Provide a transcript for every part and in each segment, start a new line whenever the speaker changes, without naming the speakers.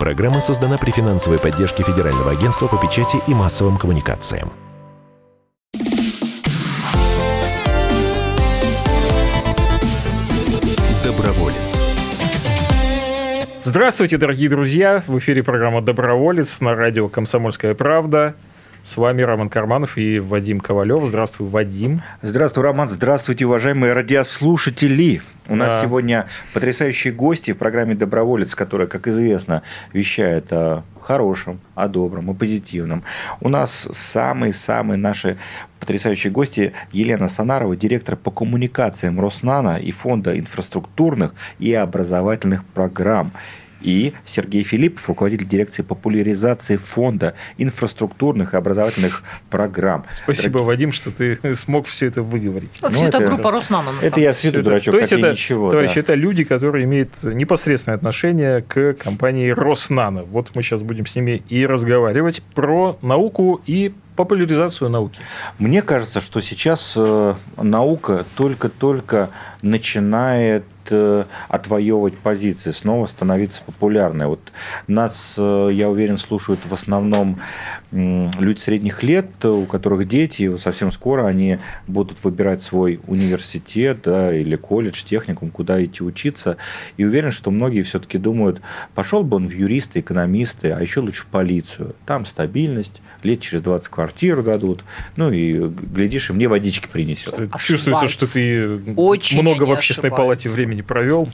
Программа создана при финансовой поддержке Федерального агентства по печати и массовым коммуникациям. Доброволец.
Здравствуйте, дорогие друзья! В эфире программа «Доброволец» на радио «Комсомольская правда». С вами Роман Карманов и Вадим Ковалев. Здравствуй, Вадим.
Здравствуй, Роман. Здравствуйте, уважаемые радиослушатели. У нас сегодня потрясающие гости в программе «Доброволец», которая, как известно, вещает о хорошем, о добром, о позитивном. У нас самые наши потрясающие гости: Елена Санарова, директор по коммуникациям Роснано и Фонда инфраструктурных и образовательных программ. И Сергей Филиппов, руководитель дирекции популяризации Фонда инфраструктурных и образовательных программ.
Спасибо, Вадим, что ты смог все это выговорить.
Все это группа Роснано.
Это я с виду дурачок, так и ничего.
Товарищи, это люди, которые имеют непосредственное отношение к компании Роснано. Вот мы сейчас будем с ними и разговаривать про науку и популяризацию науки. Мне кажется, что сейчас наука только-только начинает отвоевывать позиции, снова становиться популярной. Вот нас, я уверен, слушают в основном люди средних лет, у которых дети, и совсем скоро они будут выбирать свой университет, да, или колледж, техникум, куда идти учиться. И уверен, что многие все-таки думают, пошел бы он в юристы, экономисты, а еще лучше в полицию. Там стабильность, лет через 20 квартиру дадут, ну и, глядишь, и мне водички принесет. Чувствуется, что ты очень много в общественной палате времени провел.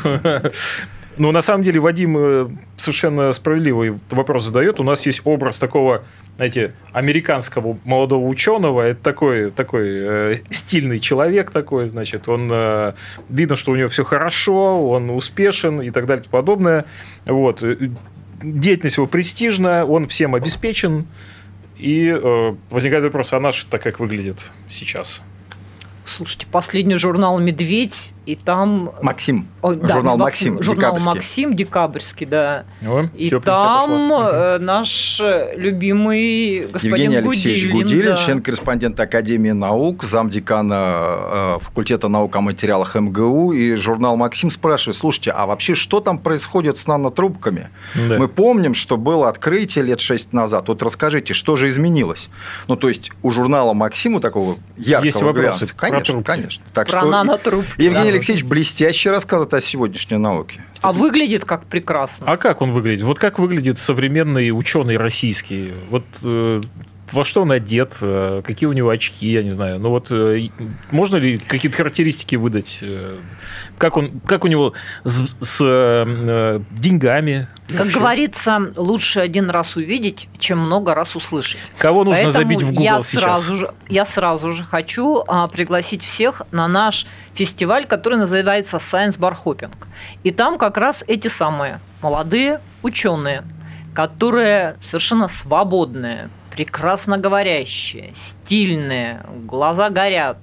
Но на самом деле Вадим совершенно справедливый вопрос задает. У нас есть образ такого, знаете, американского молодого ученого. Это такой стильный человек такой, значит. Он видно, что у него все хорошо, он успешен и так далее и подобное. Вот. Деятельность его престижная, он всем обеспечен. И возникает вопрос, а наш-то как выглядит сейчас?
Слушайте, последний журнал «Медведь», и там...
Максим.
Журнал «Максим», журнал «Максим», декабрьский, да. И там наш любимый господин
Евгений Алексеевич Гудилин,
да.
член-корреспондент Академии наук, замдекана факультета наук о материалах МГУ. И журнал «Максим» спрашивает, слушайте, а вообще что там происходит с нанотрубками? Да. Мы помним, что было открытие лет 6 назад. Вот расскажите, что же изменилось? Ну, то есть, у журнала «Максим» у такого яркого глянца. Конечно. Так
про нанотрубки.
Евгений Алексеевич блестяще рассказывает о сегодняшней науке.
А выглядит как прекрасно.
А как он выглядит? Вот как выглядит современный ученый российский? Вот во что он одет? Какие у него очки? Я не знаю. Ну вот можно ли какие-то характеристики выдать? Как у него с деньгами?
Как говорится, лучше один раз увидеть, чем много раз услышать.
Кого нужно забить в Google сейчас?
Я сразу же хочу пригласить всех на наш фестиваль, который называется Science Bar Hopping. И там как раз эти самые молодые ученые, которые совершенно свободные, прекрасно говорящие, стильные, глаза горят,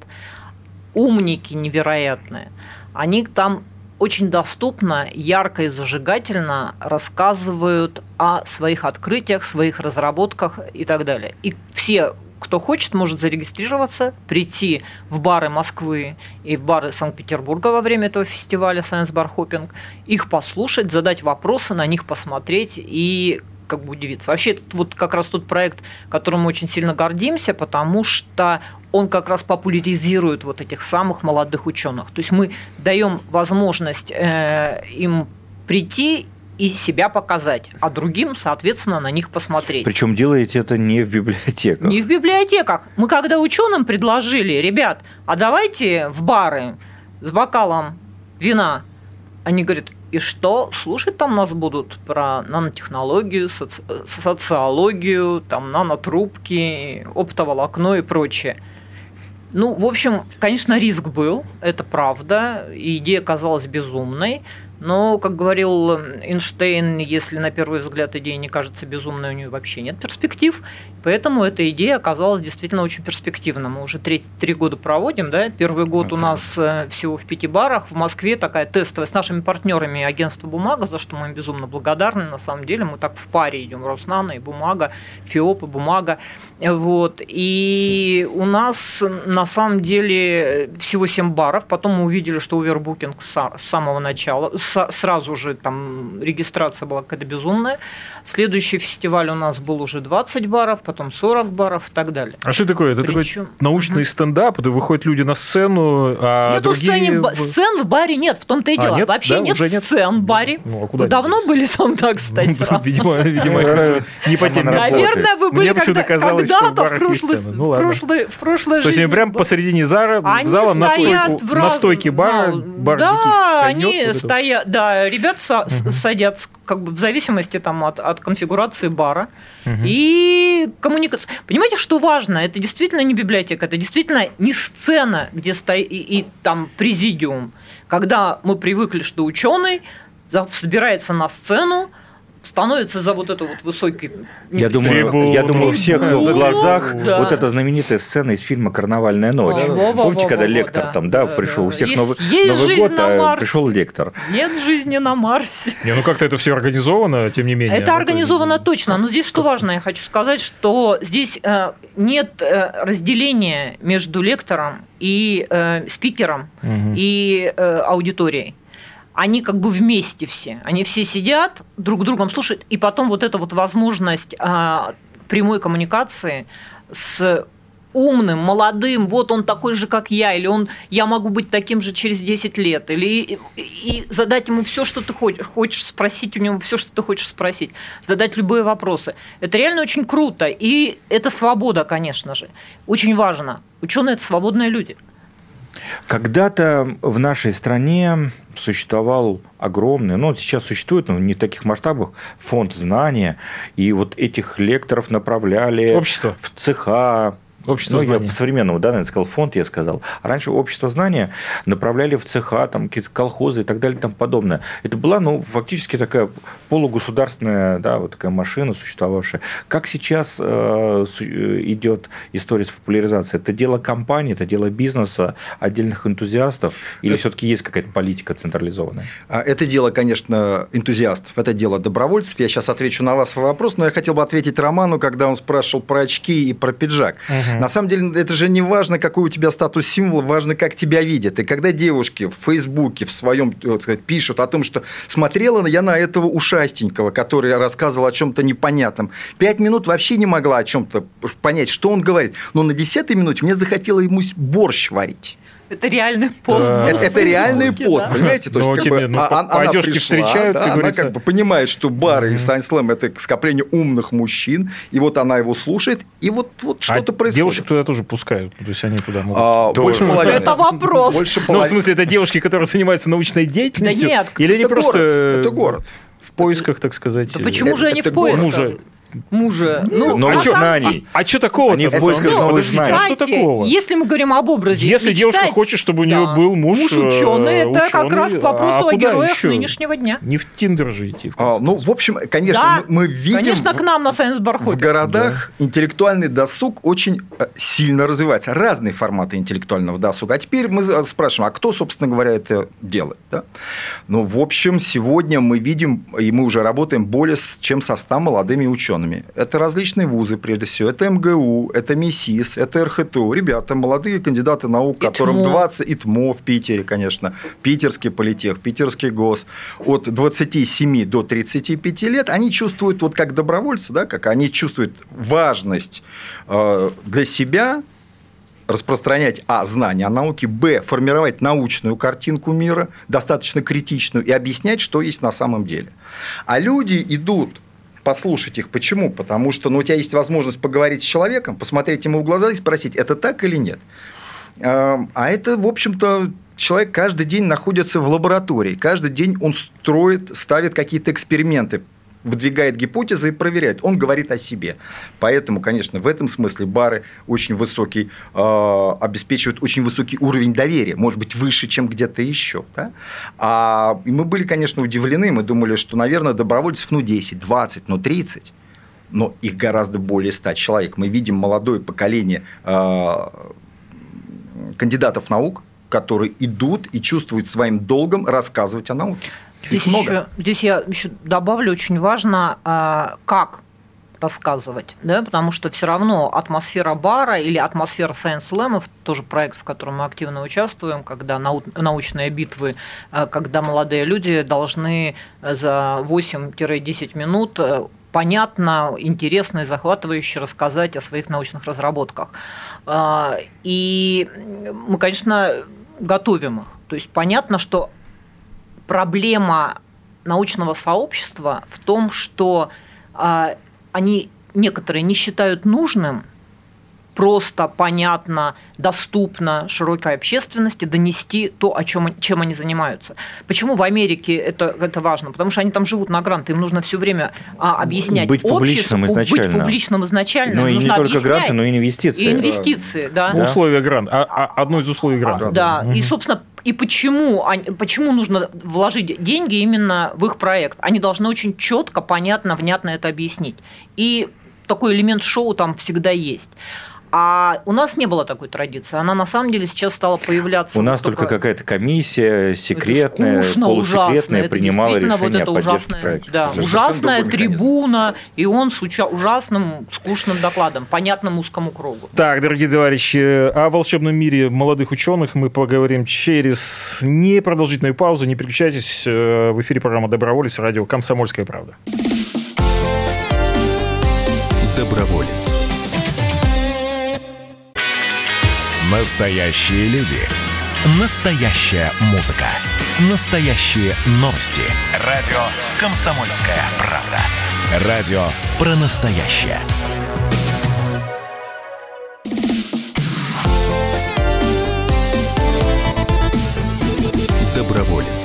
умники невероятные. Они там очень доступно, ярко и зажигательно рассказывают о своих открытиях, своих разработках и так далее. И все, кто хочет, может зарегистрироваться, прийти в бары Москвы и в бары Санкт-Петербурга во время этого фестиваля Science Bar Hopping, их послушать, задать вопросы, на них посмотреть и как бы удивиться. Вообще, это вот как раз тот проект, которым мы очень сильно гордимся, потому что он как раз популяризирует вот этих самых молодых ученых. То есть мы даем возможность им прийти и себя показать, а другим, соответственно, на них посмотреть.
Причем делаете это не в библиотеках.
Не в библиотеках. Мы когда ученым предложили, ребят, а давайте в бары с бокалом вина, они говорят, и что? Слушать там нас будут про нанотехнологию, социологию, там, нанотрубки, оптоволокно и прочее. Ну, в общем, конечно, риск был, это правда, и идея казалась безумной, но, как говорил Эйнштейн, если на первый взгляд идея не кажется безумной, у нее вообще нет перспектив, поэтому эта идея оказалась действительно очень перспективной. Мы уже 3 года проводим, да? Первый год у нас всего в 5 барах, в Москве такая тестовая, с нашими партнерами агентство «Бумага», за что мы им безумно благодарны, на самом деле, мы так в паре идем, Роснано и «Бумага», ФИОП и «Бумага», вот, и у нас на самом деле всего 7 баров, потом мы увидели, что овербукинг с самого начала, сразу же там регистрация была какая-то безумная. Следующий фестиваль у нас был уже 20 баров, потом 40 баров и так далее.
А что такое? Это такой научный стендап, и выходят люди на сцену, а
нет,
другие...
сцен в баре нет, в том-то и дело.
Нет?
Вообще
да,
нет сцен в баре.
Ну, а куда
давно были сам так, кстати.
Видимо, не по теме.
Наверное, вы были
когда-то
в прошлой жизни.
То есть они прямо посередине зала на стойке бара.
Да, они стоят, да, ребят садятся как бы в зависимости там, от конфигурации бара и коммуникации. Понимаете, что важно? Это действительно не библиотека, это действительно не сцена, где стоит и там президиум. Когда мы привыкли, что ученый собирается на сцену, становится за вот это вот высокий...
Я думаю, у всех в глазах вот эта знаменитая сцена из фильма «Карнавальная ночь». Помните, когда лектор там, пришел? У всех Новый год, а пришел лектор.
Нет жизни на Марсе.
Ну как-то это все организовано, тем не менее.
Это организовано точно. Но здесь что важно, я хочу сказать, что здесь нет разделения между лектором и спикером и аудиторией. Они как бы вместе все. Они все сидят, друг другом слушают, и потом вот эта вот возможность прямой коммуникации с умным, молодым, вот он такой же, как я, или я могу быть таким же через 10 лет, и задать ему все, что ты хочешь спросить у него, все, что ты хочешь спросить, задать любые вопросы. Это реально очень круто, и это свобода, конечно же. Очень важно. Ученые – это свободные люди.
Когда-то в нашей стране существовал огромный, сейчас существует, но не в таких масштабах, фонд знания, и вот этих лекторов направляли в цеха.
Общество знания.
Я по-современному, наверное, сказал фонд, я сказал. А раньше общество знания направляли в цеха, там, какие-то колхозы и так далее и тому подобное. Это была, фактически такая полугосударственная, вот такая машина существовавшая. Как сейчас идет история с популяризацией? Это дело компании, это дело бизнеса, отдельных энтузиастов, или все-таки есть какая-то политика централизованная?
Это дело, конечно, энтузиастов, это дело добровольцев. Я сейчас отвечу на вас вопрос, но я хотел бы ответить Роману, когда он спрашивал про очки и про пиджак. На самом деле, это же не важно, какой у тебя статус символа, важно, как тебя видят. И когда девушки в Фейсбуке в своем, пишут о том, что смотрела я на этого ушастенького, который рассказывал о чем-то непонятном, 5 минут вообще не могла о чем-то понять, что он говорит. Но на 10-й минуте мне захотелось ему борщ варить.
Это реальный пост.
Да.
Это реальный пост, понимаете? То есть, она пришла,
встречают,
она как бы понимает, что бар или Science Slam – это скопление умных мужчин, и вот она его слушает, и вот что-то происходит.
Девушек туда тоже пускают, то есть они туда могут.
Больше половины.
Это вопрос.
В смысле, это девушки, которые занимаются научной деятельностью?
Да нет.
Или они просто...
Это город.
В поисках, так сказать...
Да почему же они в поисках? Мужа.
Новых знаний.
А что такого?
Они в поисках новых знаний.
Что такого?
Если мы говорим об образе,
если девушка хочет, чтобы у нее был муж
ученый, это как раз к вопросу о героях нынешнего дня.
Не в Тиндер же идти.
В общем, конечно, мы видим...
Конечно, к нам на Science Bar
в городах интеллектуальный досуг очень сильно развивается. Разные форматы интеллектуального досуга. А теперь мы спрашиваем, а кто, собственно говоря, это делает? Да? В общем, сегодня мы видим, и мы уже работаем более чем со 100 молодыми учеными. Это различные вузы, прежде всего. Это МГУ, это МИСИС, это РХТУ. Ребята, молодые кандидаты наук, которым 20... ИТМО в Питере, конечно. Питерский политех, Питерский ГОС. От 27 до 35 лет они чувствуют, вот как добровольцы, как они чувствуют важность для себя распространять, знания о науке, формировать научную картинку мира, достаточно критичную, и объяснять, что есть на самом деле. А люди идут послушать их. Почему? Потому что у тебя есть возможность поговорить с человеком, посмотреть ему в глаза и спросить, это так или нет. А это, в общем-то, человек каждый день находится в лаборатории, каждый день он ставит какие-то эксперименты, выдвигает гипотезы и проверяет. Он говорит о себе. Поэтому, конечно, в этом смысле бары очень высокий, обеспечивают очень высокий уровень доверия, может быть, выше, чем где-то еще. Да? И мы были, конечно, удивлены. Мы думали, что, наверное, добровольцев 10, 20, 30. Но их гораздо более 100 человек. Мы видим молодое поколение кандидатов наук, которые идут и чувствуют своим долгом рассказывать о науке.
Здесь я еще добавлю, очень важно, как рассказывать, да, потому что все равно атмосфера бара или атмосфера Science Slam, тоже проект, в котором мы активно участвуем, когда научные битвы, когда молодые люди должны за 8-10 минут понятно, интересно и захватывающе рассказать о своих научных разработках. И мы, конечно, готовим их. То есть понятно, что проблема научного сообщества в том, что они некоторые не считают нужным просто, понятно, доступно широкой общественности донести то, чем они занимаются. Почему в Америке это важно? Потому что они там живут на гранты, им нужно все время объяснять
быть публичным изначально.
Быть публичным изначально.
Но и не только гранты, но и инвестиции.
И инвестиции, да.
Условия гранта. Одно из условий гранта.
Да, и, собственно, и почему нужно вложить деньги именно в их проект? Они должны очень четко, понятно, внятно это объяснить. И такой элемент шоу там всегда есть. А у нас не было такой традиции. Она на самом деле сейчас стала появляться.
У нас только какая-то комиссия секретная, полусекретная принимала решение о поддержке проекта.
Да, ужасная трибуна, и он с ужасным, скучным докладом, понятным узкому кругу.
Так, дорогие товарищи, о волшебном мире молодых ученых мы поговорим через непродолжительную паузу. Не переключайтесь. В эфире программа «Доброволец», радио «Комсомольская правда».
Доброволец. Настоящие люди. Настоящая музыка. Настоящие новости. Радио «Комсомольская правда». Радио про настоящее. Доброволец.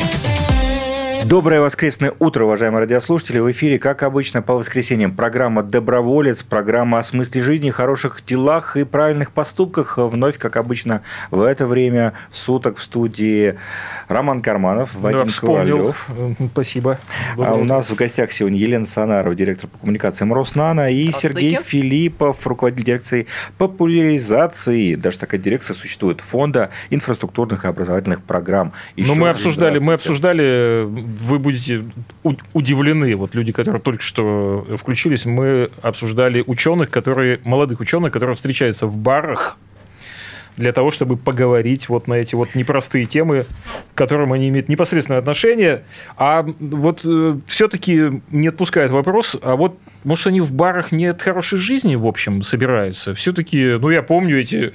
Доброе воскресное утро, уважаемые радиослушатели. В эфире, как обычно, по воскресеньям программа «Доброволец», программа о смысле жизни, хороших делах и правильных поступках. Вновь, как обычно, в это время суток в студии Роман Карманов, Вадим Ковалев.
Спасибо.
А у нас в гостях сегодня Елена Санарова, директор по коммуникациям Роснано, и Сергей Филиппов, руководитель дирекции популяризации, даже такая дирекция существует, Фонда инфраструктурных и образовательных программ.
Но мы обсуждали, вы будете удивлены, вот люди, которые только что включились, мы обсуждали молодых ученых, которые встречаются в барах для того, чтобы поговорить вот на эти вот непростые темы, к которым они имеют непосредственное отношение. А вот все-таки не отпускает вопрос, а вот может, они в барах не от хорошей жизни, в общем, собираются? Все-таки, я помню эти...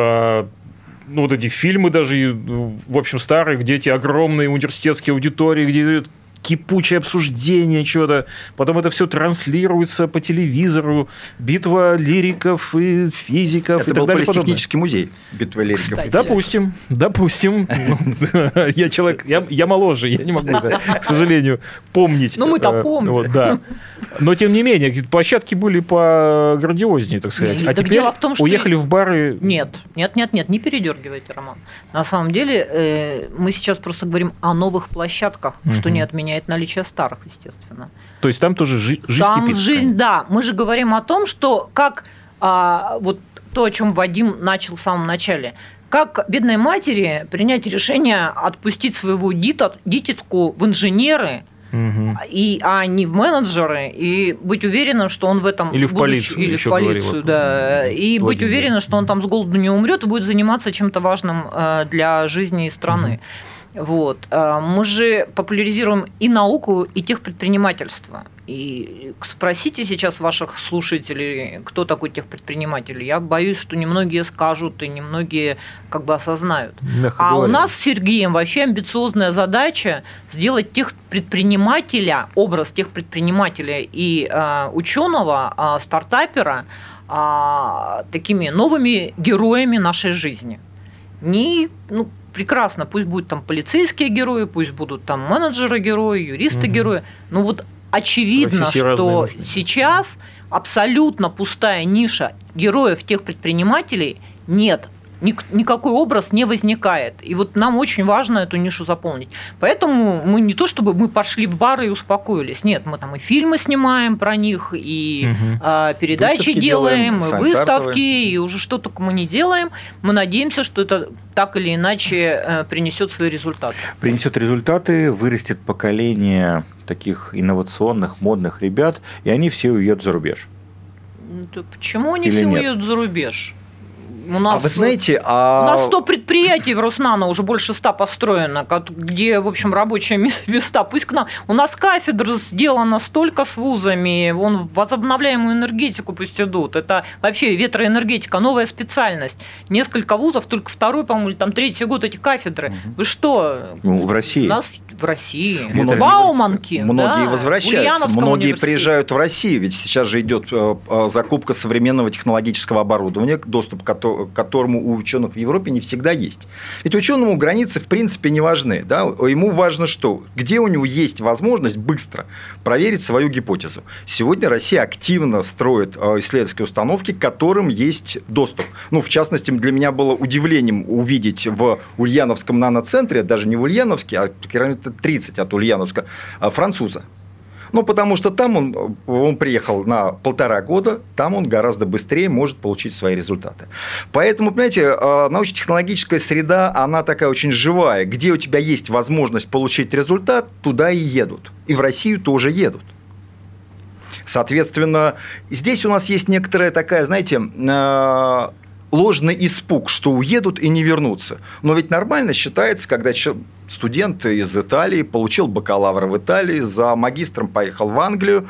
вот эти фильмы даже, в общем, старые, где эти огромные университетские аудитории, где кипучее обсуждение чего-то, потом это все транслируется по телевизору, битва лириков и физиков
это
и так далее.
Это был политехнический музей, битва лириков.
Кстати. Допустим. Я человек, я моложе, я не могу это, к сожалению, помнить.
Ну, мы-то помним.
Да. Но, тем не менее, площадки были пограндиознее, так сказать. А теперь уехали в бары...
Нет, не передергивайте, Роман. На самом деле, мы сейчас просто говорим о новых площадках, что не отменяет наличие старых, естественно.
То есть там тоже жизнь кипит?
Жизнь, да. Мы же говорим о том, что как вот то, о чем Вадим начал в самом начале, как бедной матери принять решение отпустить своего дитятку в инженеры, а не в менеджеры, и быть уверенным, что он в этом...
Или в полицию.
Или в полицию, да. И быть уверенным, что он там с голоду не умрет и будет заниматься чем-то важным для жизни и страны. Вот. Мы же популяризируем и науку, и техпредпринимательство. И спросите сейчас ваших слушателей, кто такой техпредприниматель. Я боюсь, что немногие скажут и немногие как бы осознают. У нас с Сергеем вообще амбициозная задача сделать техпредпринимателя, образ техпредпринимателя и ученого, стартапера такими новыми героями нашей жизни. Прекрасно, пусть будут там полицейские герои, пусть будут там менеджеры-герои, юристы-герои. Очевидно, что сейчас абсолютно пустая ниша героев техпредпринимателей нет. Никакой образ не возникает. И вот нам очень важно эту нишу заполнить. Поэтому мы не то, чтобы мы пошли в бары и успокоились. Нет, мы там и фильмы снимаем про них, и передачи выставки делаем, и выставки, и уже что только мы не делаем. Мы надеемся, что это так или иначе принесет свои результаты.
Принесет результаты, вырастет поколение таких инновационных, модных ребят, и они все уедут за рубеж.
Почему они все уедут за рубеж? У нас,
вы знаете,
у нас 100 предприятий в Роснано, уже больше 100 построено, где, в общем, рабочие места. Пусть к нам. У нас кафедр сделано столько с вузами, вон в возобновляемую энергетику пусть идут. Это вообще ветроэнергетика, новая специальность. Несколько вузов, только второй, по-моему, или там третий год эти кафедры. Вы что?
В России.
У нас в России.
Многие,
Бауманки.
Многие возвращаются, многие приезжают в Россию, ведь сейчас же идет закупка современного технологического оборудования, доступ к которому у ученых в Европе не всегда есть. Ведь ученому границы в принципе не важны. Да? Ему важно что? Где у него есть возможность быстро проверить свою гипотезу. Сегодня Россия активно строит исследовательские установки, к которым есть доступ. Ну, в частности, для меня было удивлением увидеть в Ульяновском наноцентре, даже не в Ульяновске, а километров 30 от Ульяновска, француза. Ну, потому что там он приехал на 1,5 года, там он гораздо быстрее может получить свои результаты. Поэтому, понимаете, научно-технологическая среда, она такая очень живая. Где у тебя есть возможность получить результат, туда и едут. И в Россию тоже едут. Соответственно, здесь у нас есть некоторая такая, знаете, ложный испуг, что уедут и не вернутся. Но ведь нормально считается, когда студент из Италии получил бакалавра в Италии, за магистром поехал в Англию,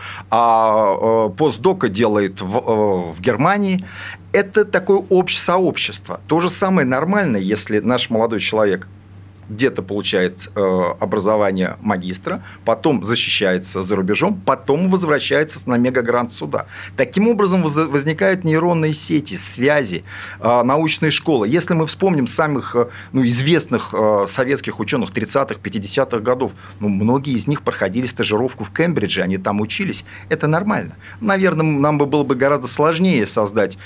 а постдока делает в Германии. Это такое сообщество. То же самое нормально, если наш молодой человек где-то получает образование магистра, потом защищается за рубежом, потом возвращается на мегагрант сюда. Таким образом возникают нейронные сети, связи, научные школы. Если мы вспомним самых известных советских ученых 30-х, 50-х годов, многие из них проходили стажировку в Кембридже, они там учились. Это нормально. Наверное, нам было бы гораздо сложнее создать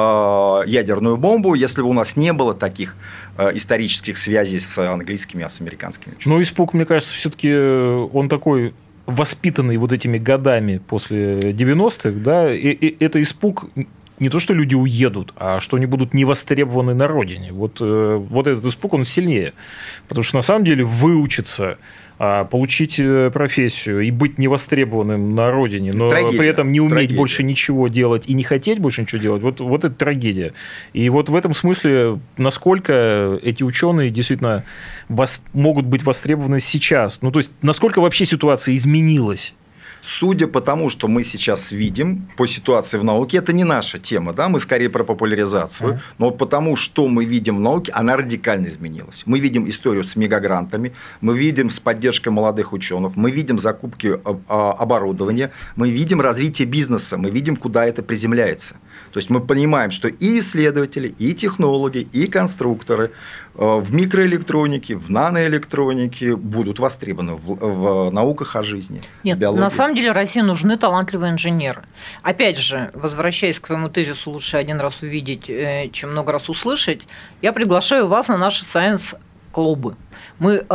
ядерную бомбу, если бы у нас не было таких исторических связей с английскими, с американскими учеными.
Но испуг, мне кажется, все-таки он такой воспитанный вот этими годами после 90-х, да, и это испуг не то, что люди уедут, а что они будут невостребованы на родине. Вот этот испуг, он сильнее. Потому что, на самом деле, выучиться, получить профессию и быть невостребованным на родине, но при этом не уметь больше ничего делать и не хотеть больше ничего делать, вот это трагедия. И вот в этом смысле, насколько эти ученые действительно могут быть востребованы сейчас? Ну, то есть, насколько вообще ситуация изменилась?
Судя по тому, что мы сейчас видим по ситуации в науке, это не наша тема, да? Мы скорее про популяризацию, но потому, что мы видим в науке, она радикально изменилась. Мы видим историю с мегагрантами, мы видим с поддержкой молодых ученых, мы видим закупки оборудования, мы видим развитие бизнеса, мы видим, куда это приземляется. То есть мы понимаем, что и исследователи, и технологи, и конструкторы в микроэлектронике, в наноэлектронике будут востребованы в науках о жизни.
Нет, на самом деле России нужны талантливые инженеры. Опять же, возвращаясь к своему тезису, лучше один раз увидеть, чем много раз услышать, я приглашаю вас на наши сайенс-клубы. Мы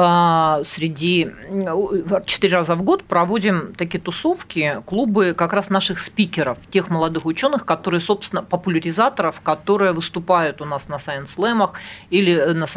4 раза в год проводим такие тусовки, клубы как раз наших спикеров, тех молодых ученых, которые, собственно, популяризаторов, которые выступают у нас на сайенс-слэмах или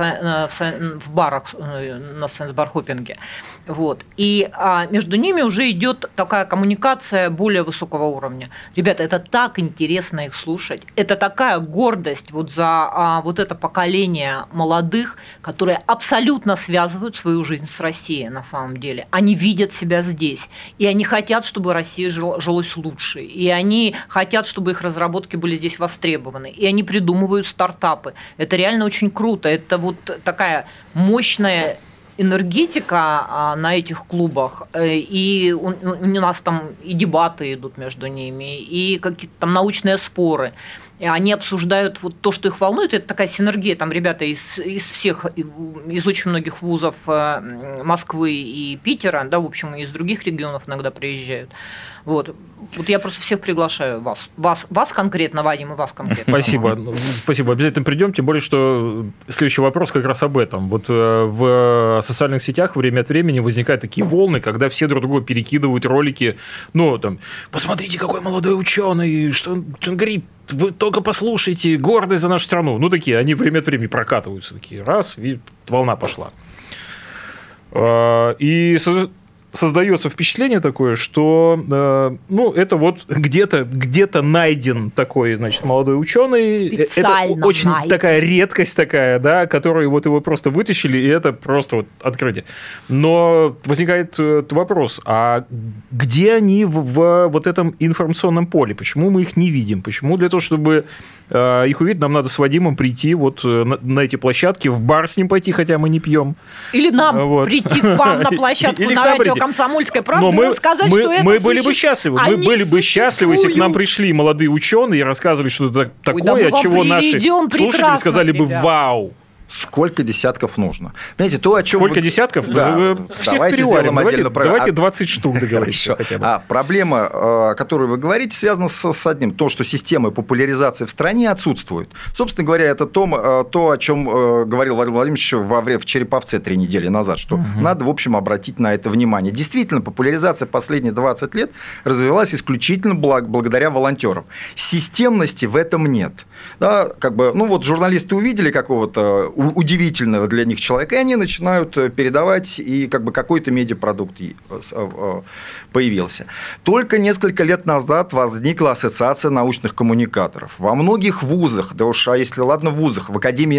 в барах на сайенс-бархоппинге. Вот. И между ними уже идет такая коммуникация более высокого уровня. Ребята, это так интересно их слушать. Это такая гордость за вот это поколение молодых, которые абсолютно связывают свою жизнь с Россией на самом деле. Они видят себя здесь. И они хотят, чтобы Россия жилось лучше. И они хотят, чтобы их разработки были здесь востребованы. И они придумывают стартапы. Это реально очень круто. Это вот такая мощная энергетика на этих клубах, и у нас там и дебаты идут между ними, и какие-то там научные споры. И они обсуждают вот то, что их волнует. Это такая синергия. Там ребята из очень многих вузов Москвы и Питера, да, в общем, и из других регионов иногда приезжают. Вот я просто всех приглашаю вас конкретно, Вадим, и вас конкретно.
Спасибо. Обязательно придем, тем более, что следующий вопрос как раз об этом. Вот в социальных сетях время от времени возникают такие волны, когда все друг другу перекидывают ролики, посмотрите, какой молодой ученый, что он говорит, вы только послушайте, гордый за нашу страну. Такие, они время от времени прокатываются, такие, раз, и волна пошла. И создается впечатление такое, что это вот где-то найден такой, значит, молодой ученый.
Специально
это очень
найден.
такая редкость такая, да, которую вот его просто вытащили, и это просто вот открытие. Но возникает вопрос, а где они в вот этом информационном поле? Почему мы их не видим? Почему для того, чтобы их увидеть, нам надо с Вадимом прийти вот на эти площадки, в бар с ним пойти, хотя мы не пьем?
Или нам прийти к вам на площадку на радио «Комсомольская правда» и рассказать, что это
мы были бы счастливы. Мы были бы счастливы, если к нам пришли молодые ученые и рассказывали, что это такое, от чего наши слушатели сказали бы «Вау».
Сколько десятков нужно? Понимаете, то, о чем...
Сколько десятков?
Да.
Всех переварим. Давайте 20 штук договоримся хотя бы.
Проблема, о которой вы говорите, связана с одним. То, что системы популяризации в стране отсутствуют. Собственно говоря, это то, о чем говорил Владимир Владимирович в Череповце 3 недели назад, что надо, в общем, обратить на это внимание. Действительно, популяризация последние 20 лет развивалась исключительно благодаря волонтерам. Системности в этом нет. Да, журналисты увидели какого-то удивительного для них человека, и они начинают передавать, и какой-то медиапродукт появился. Только несколько лет назад возникла ассоциация научных коммуникаторов. Во многих вузах, в вузах, в академии,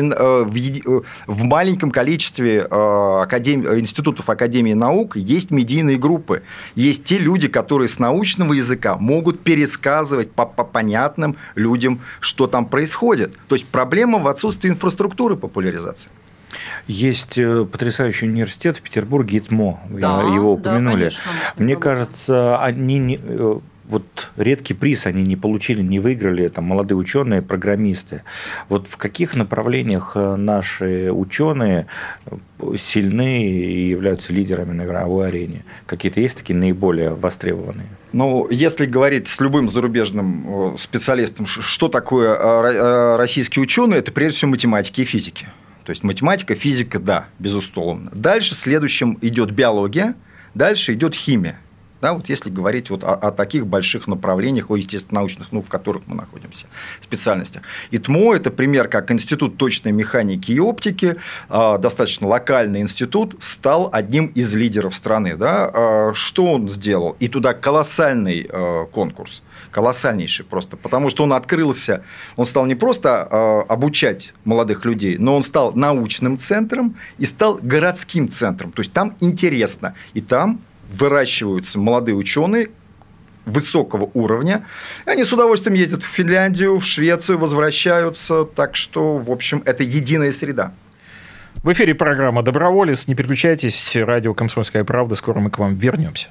в маленьком количестве институтов Академии наук есть медийные группы. Есть те люди, которые с научного языка могут пересказывать по понятным людям, что там происходит. То есть проблема в отсутствии инфраструктуры популяризации.
Есть потрясающий университет в Петербурге, ИТМО, его упомянули.
Конечно,
мне кажется, они редкий приз они не получили, не выиграли, там, молодые ученые, программисты. Вот в каких направлениях наши ученые сильны и являются лидерами на мировой арене? Какие-то есть такие наиболее востребованные?
Если говорить с любым зарубежным специалистом, что такое российские ученые, это прежде всего математики и физики. То есть математика, физика, да, безусловно. Дальше следующим идет биология, дальше идет химия. Да, если говорить о таких больших направлениях, о естественно-научных, в которых мы находимся, специальностях. ИТМО – это пример, как Институт точной механики и оптики, достаточно локальный институт, стал одним из лидеров страны. Да? Что он сделал? И туда колоссальный конкурс. Колоссальнейший просто, потому что он открылся, он стал не просто обучать молодых людей, но он стал научным центром и стал городским центром. То есть там интересно, и там выращиваются молодые ученые высокого уровня. И они с удовольствием ездят в Финляндию, в Швецию, возвращаются. Так что, в общем, это единая среда.
В эфире программа «Доброволец». Не переключайтесь. Радио «Комсомольская правда». Скоро мы к вам вернемся.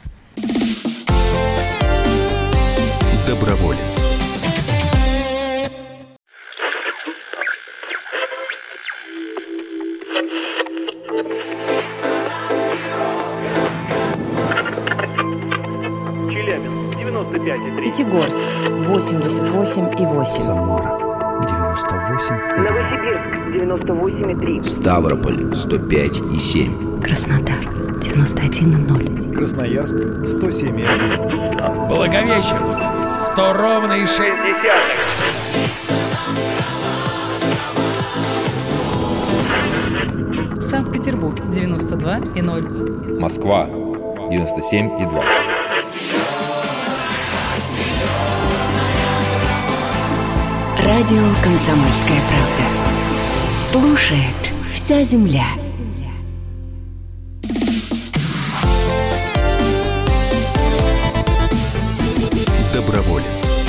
Доброволец.
Челябинск 95,3.
Пятигорск 88,8.
Самара 98,2.
Новосибирск 98,3.
Ставрополь 105,7.
Краснодар 91,0.
Красноярск 107,1.
Благовещенск 100 ровно и 6.
Санкт-Петербург 92,0.
Москва 97,2.
Радио «Комсомольская правда». Слушает вся земля.
Доброволец.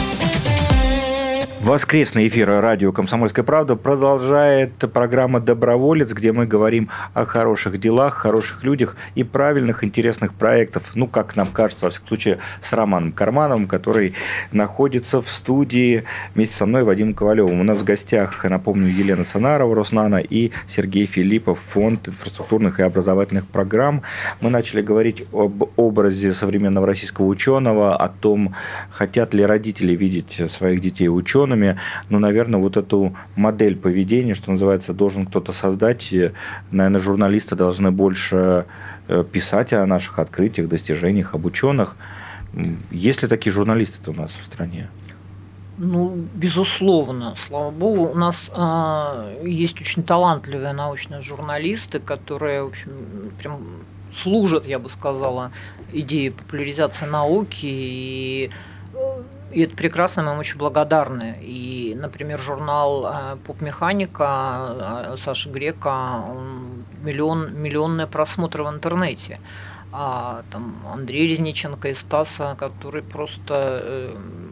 Воскресный эфир радио «Комсомольская правда» продолжает программа «Доброволец», где мы говорим о хороших делах, хороших людях и правильных, интересных проектах. Как нам кажется, во всяком случае, с Романом Кармановым, который находится в студии вместе со мной, Вадимом Ковалевым. У нас в гостях, напомню, Елена Санарова, Роснано, и Сергей Филиппов, Фонд инфраструктурных и образовательных программ. Мы начали говорить об образе современного российского ученого, о том, хотят ли родители видеть своих детей учеными. Наверное, эту модель поведения, что называется, должен кто-то создать. Наверное, журналисты должны больше писать о наших открытиях, достижениях, об ученых. Есть ли такие журналисты-то у нас в стране?
Безусловно. Слава богу, у нас есть очень талантливые научные журналисты, которые, в общем, прям служат, я бы сказала, идее популяризации науки, и это прекрасно, мы им очень благодарны. И, например, журнал «Поп-механика» Саши Грека, миллионные просмотры в интернете. А там Андрей Резниченко и Стаса, который просто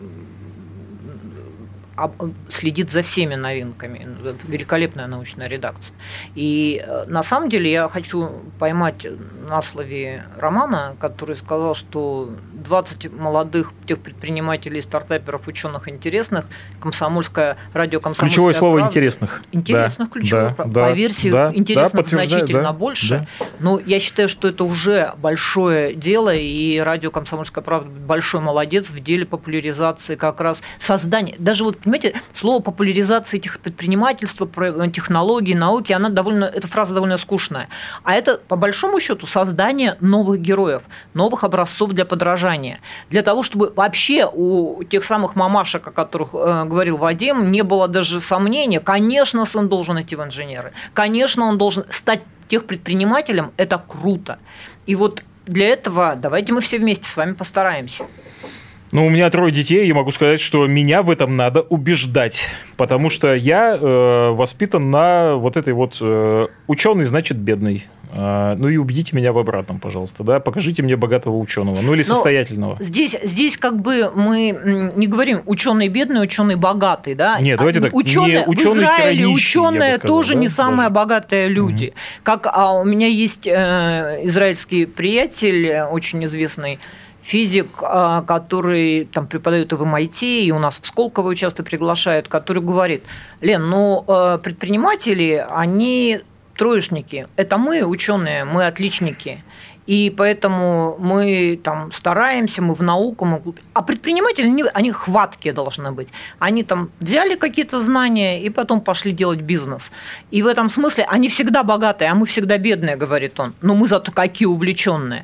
следит за всеми новинками. Великолепная научная редакция. И на самом деле я хочу поймать на слове Романа, который сказал, что 20 молодых тех предпринимателей, стартаперов, ученых интересных, радио «Комсомольская
ключевое слово
правда».
«интересных».
Интересных,
да,
ключевое.
Да,
по версии интересных значительно больше.
Да.
Но я считаю, что это уже большое дело, и радио «Комсомольская правда» большой молодец в деле популяризации как раз создания. Даже вот, понимаете, слово популяризация этих предпринимательства, технологий, науки, эта фраза довольно скучная. А это, по большому счету, создание новых героев, новых образцов для подражания. Для того, чтобы вообще у тех самых мамашек, о которых говорил Вадим, не было даже сомнения, конечно, сын должен идти в инженеры, конечно, он должен стать техпредпринимателем, это круто. И вот для этого давайте мы все вместе с вами постараемся.
Ну, у меня 3 детей, и могу сказать, что меня в этом надо убеждать, потому что я воспитан на вот этой вот ученый, значит, бедный. Ну и убедите меня в обратном, пожалуйста, да, покажите мне богатого ученого, ну или состоятельного.
Здесь как бы мы не говорим ученый бедный, ученый богатый, да.
Нет, давайте так.
Ученые в Израиле, ученые тоже не самые богатые люди. Как у меня есть израильский приятель, очень известный физик, который там преподает и в MIT, и у нас в Сколково часто приглашают, который говорит: Лен, предприниматели, они троечники. Это мы, ученые, мы отличники. И поэтому мы там стараемся, мы в науку. А предприниматели, они хваткие должны быть. Они там взяли какие-то знания и потом пошли делать бизнес. И в этом смысле они всегда богатые, а мы всегда бедные, говорит он. Но мы зато какие увлеченные.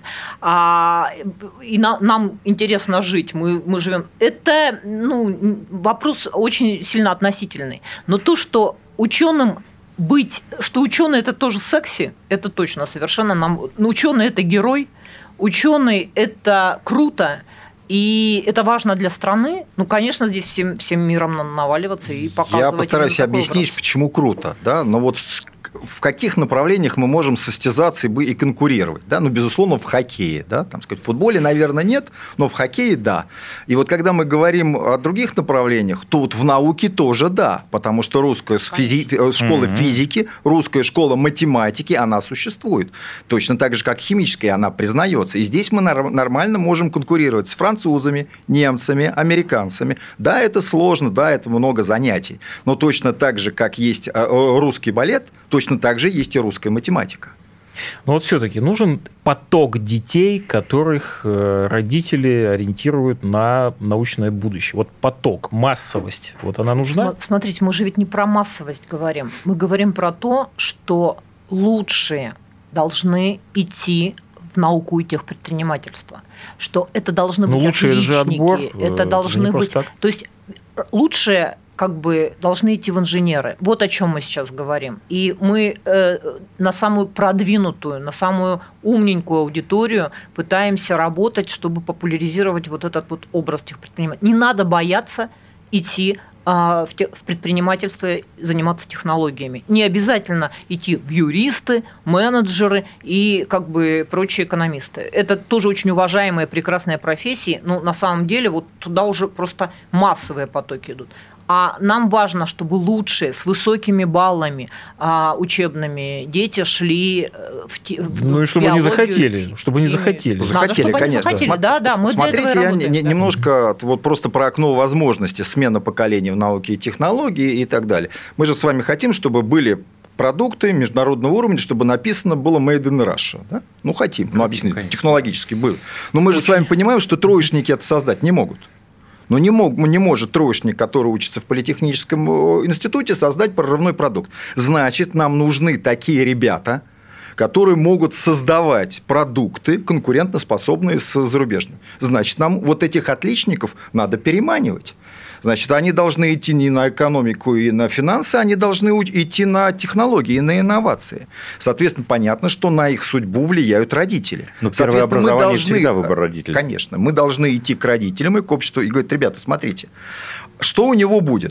И нам интересно жить, мы живем. Это вопрос очень сильно относительный. Но то, что ученым что ученый это тоже секси, это точно совершенно ученый это герой, ученый это круто, и это важно для страны. Конечно, здесь всем миром надо наваливаться и показывать.
Я постараюсь объяснить, почему круто, да, но вот в каких направлениях мы можем состязаться и конкурировать, да, безусловно, в хоккее, да, в футболе, наверное, нет, но в хоккее, да. И вот когда мы говорим о других направлениях, то вот в науке тоже да, потому что русская школа физики, русская школа математики, она существует, точно так же, как химическая, она признается. И здесь мы нормально можем конкурировать с французами, немцами, американцами. Да, это сложно, да, это много занятий, но точно так же, как есть русский балет, точно так же есть и русская математика.
Но вот все-таки нужен поток детей, которых родители ориентируют на научное будущее. Вот поток, массовость, вот она нужна?
Смотрите, мы же ведь не про массовость говорим. Мы говорим про то, что лучшие должны идти в науку и техпредпринимательство. Что это должны быть
лучшие,
отличники.
Это же отбор,
это должны быть...
Так.
То есть лучшие должны идти в инженеры. Вот о чем мы сейчас говорим. И мы на самую продвинутую, на самую умненькую аудиторию пытаемся работать, чтобы популяризировать вот этот вот образ техпредпринимателя. Не надо бояться идти в предпринимательство, заниматься технологиями. Не обязательно идти в юристы, менеджеры и прочие экономисты. Это тоже очень уважаемые, прекрасные профессии, но на самом деле вот туда уже просто массовые потоки идут. А нам важно, чтобы лучшие, с высокими баллами учебными дети шли в
и чтобы они захотели. Чтобы они
захотели.
Захотели, конечно. Мы
смотрите, я немножко вот просто про окно возможностей, смена поколений в науке и технологии и так далее. Мы же с вами хотим, чтобы были продукты международного уровня, чтобы написано было Made in Russia. Да? Хотим. Объяснить, технологически было. Но мы же с вами понимаем, что троечники это создать не могут. Но не может троечник, который учится в политехническом институте, создать прорывной продукт. Значит, нам нужны такие ребята, которые могут создавать продукты, конкурентоспособные с зарубежными. Значит, нам вот этих отличников надо переманивать. Значит, они должны идти не на экономику и на финансы, они должны идти на технологии и на инновации. Соответственно, понятно, что на их судьбу влияют родители.
Но первое образование всегда выбор родителей.
Конечно, мы должны идти к родителям и к обществу и говорить: ребята, смотрите, что у него будет?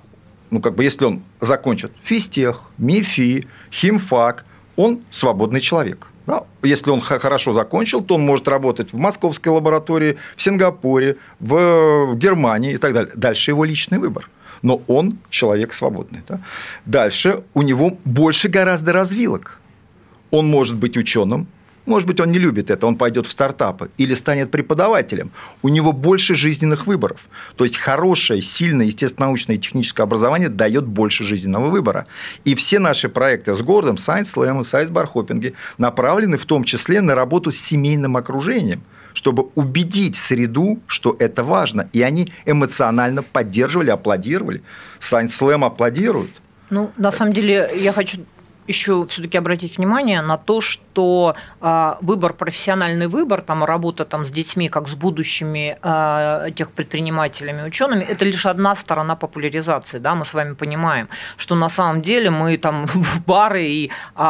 Если он закончит физтех, МИФИ, химфак, он свободный человек. Да? Если он хорошо закончил, то он может работать в московской лаборатории, в Сингапуре, в Германии и так далее. Дальше его личный выбор. Но он человек свободный. Да? Дальше у него больше гораздо развилок. Он может быть ученым. Может быть, он не любит это, он пойдет в стартапы или станет преподавателем. У него больше жизненных выборов. То есть, хорошее, сильное, естественно-научное и техническое образование дает больше жизненного выбора. И все наши проекты с городом, Science Slam, Science Бархопинги направлены в том числе на работу с семейным окружением, чтобы убедить среду, что это важно. И они эмоционально поддерживали, аплодировали. Science Slam аплодируют.
На самом деле, я хочу еще все-таки обратить внимание на то, что выбор, профессиональный выбор, работа с детьми, как с будущими этих предпринимателями, учеными, это лишь одна сторона популяризации. Да? Мы с вами понимаем, что на самом деле мы в бары и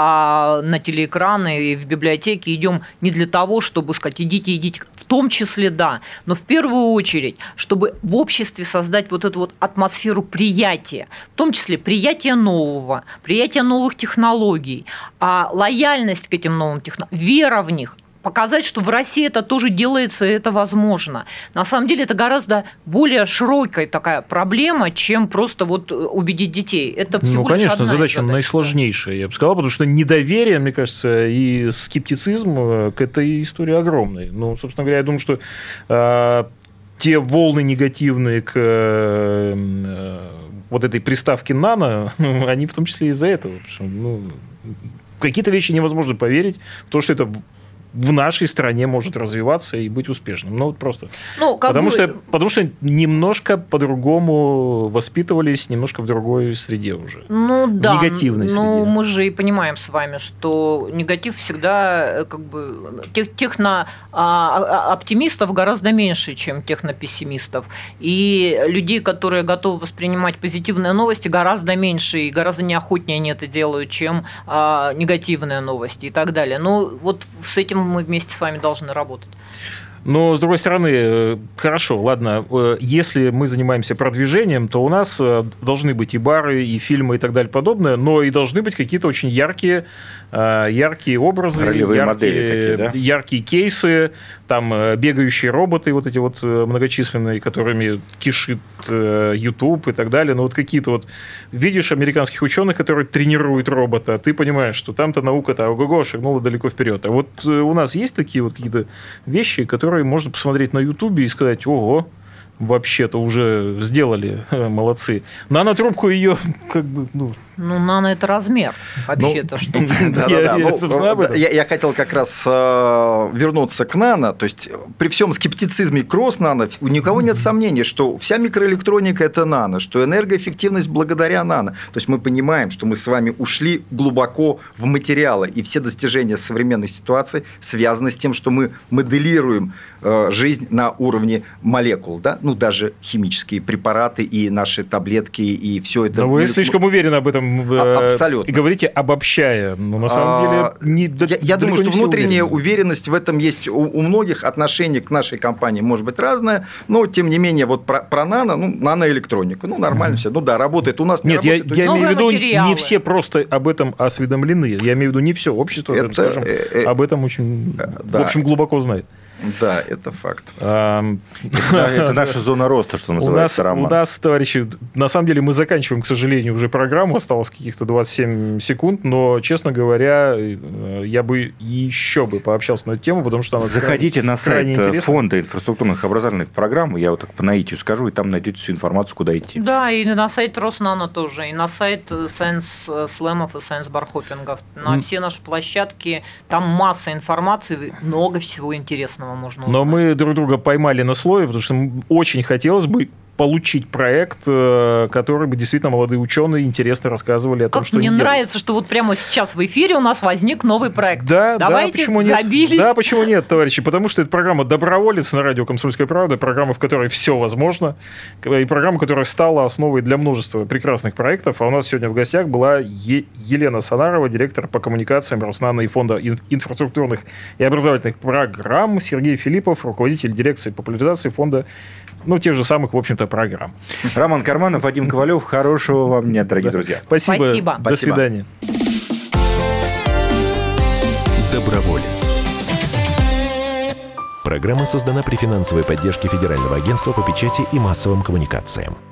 на телеэкраны и в библиотеки идем не для того, чтобы сказать: идите, в том числе, да, но в первую очередь, чтобы в обществе создать вот эту вот атмосферу приятия, в том числе приятия нового, приятия новых технологий, лояльность к этим новым технологиям, вера в них, показать, что в России это тоже делается, и это возможно. На самом деле это гораздо более широкая такая проблема, чем просто убедить детей. Это всего лишь
конечно,
одна
задача наисложнейшая, я бы сказал, потому что недоверие, мне кажется, и скептицизм к этой истории огромный. Собственно говоря, я думаю, что те волны негативные к вот этой приставке «нано», они в том числе из-за этого. Какие-то вещи невозможно поверить в то, что это в нашей стране может развиваться и быть успешным. Просто. Потому что немножко по-другому воспитывались, немножко в другой среде уже. Негативной среде.
Мы же и понимаем с вами, что негатив всегда технооптимистов гораздо меньше, чем технопессимистов. И людей, которые готовы воспринимать позитивные новости, гораздо меньше и гораздо неохотнее они это делают, чем негативные новости и так далее. С этим мы вместе с вами должны работать.
Но, с другой стороны, хорошо, ладно, если мы занимаемся продвижением, то у нас должны быть и бары, и фильмы, и так далее подобное, но и должны быть какие-то очень яркие образы,
ролевые модели такие, да?
Яркие кейсы, бегающие роботы, вот эти многочисленные, которыми кишит YouTube и так далее. Какие-то видишь американских ученых, которые тренируют робота, ты понимаешь, что там-то наука-то ого-го шагнула далеко вперед. А у нас есть такие какие-то вещи, которые можно посмотреть на YouTube и сказать: ого, вообще-то уже сделали, молодцы. Нанотрубку ее
нано – это размер, вообще-то.
Я хотел как раз вернуться к нано. То есть, при всем скептицизме к Роснано, у никого нет сомнений, что вся микроэлектроника – это нано, что энергоэффективность благодаря нано. То есть, мы понимаем, что мы с вами ушли глубоко в материалы, и все достижения современной ситуации связаны с тем, что мы моделируем жизнь на уровне молекул, да? Даже химические препараты и наши таблетки, и все это.
Но вы слишком уверены об этом.
Абсолютно.
И говорите обобщая. На самом деле,
я думаю, что внутренняя уверенность в этом есть у многих. Отношение к нашей компании может быть разное, но тем не менее про нано, наноэлектронику, нормально все. Работает. У нас не работает.
Я имею в виду, не все просто об этом осведомлены. Я имею в виду, не все общество, об этом очень глубоко знает.
Да, это факт.
Это наша зона роста, что называется, Роман.
У нас, товарищи, на самом деле мы заканчиваем, к сожалению, уже программу. Осталось каких-то 27 секунд. Но, честно говоря, я бы еще пообщался на эту тему, потому что она
заходите на сайт Фонда инфраструктурных образовательных программ. Я так по наитию скажу, и там найдете всю информацию, куда идти.
Да, и на сайт Роснано тоже, и на сайт Science Slam'ов и Science Бархопингов. На все наши площадки. Там масса информации, много всего интересного можно узнать.
Но мы друг друга поймали на слове, потому что очень хотелось бы получить проект, который бы действительно молодые ученые интересно рассказывали о том, что они делают.
Мне нравится, что вот прямо сейчас в эфире у нас возник новый проект.
Да,
давайте,
почему нет?
забились.
Да, почему нет, товарищи? Потому что это программа «Доброволец» на радио «Комсомольская правда», программа, в которой все возможно, и программа, которая стала основой для множества прекрасных проектов. А у нас сегодня в гостях была Елена Санарова, директор по коммуникациям Роснано и Фонда инфраструктурных и образовательных программ, Сергей Филиппов, руководитель дирекции популяризации фонда, тех же самых, в общем-то, программ.
Роман Карманов, Вадим Ковалев. Хорошего вам дня, дорогие друзья.
Спасибо. До свидания.
Доброволец. Программа создана при финансовой поддержке Федерального агентства по печати и массовым коммуникациям.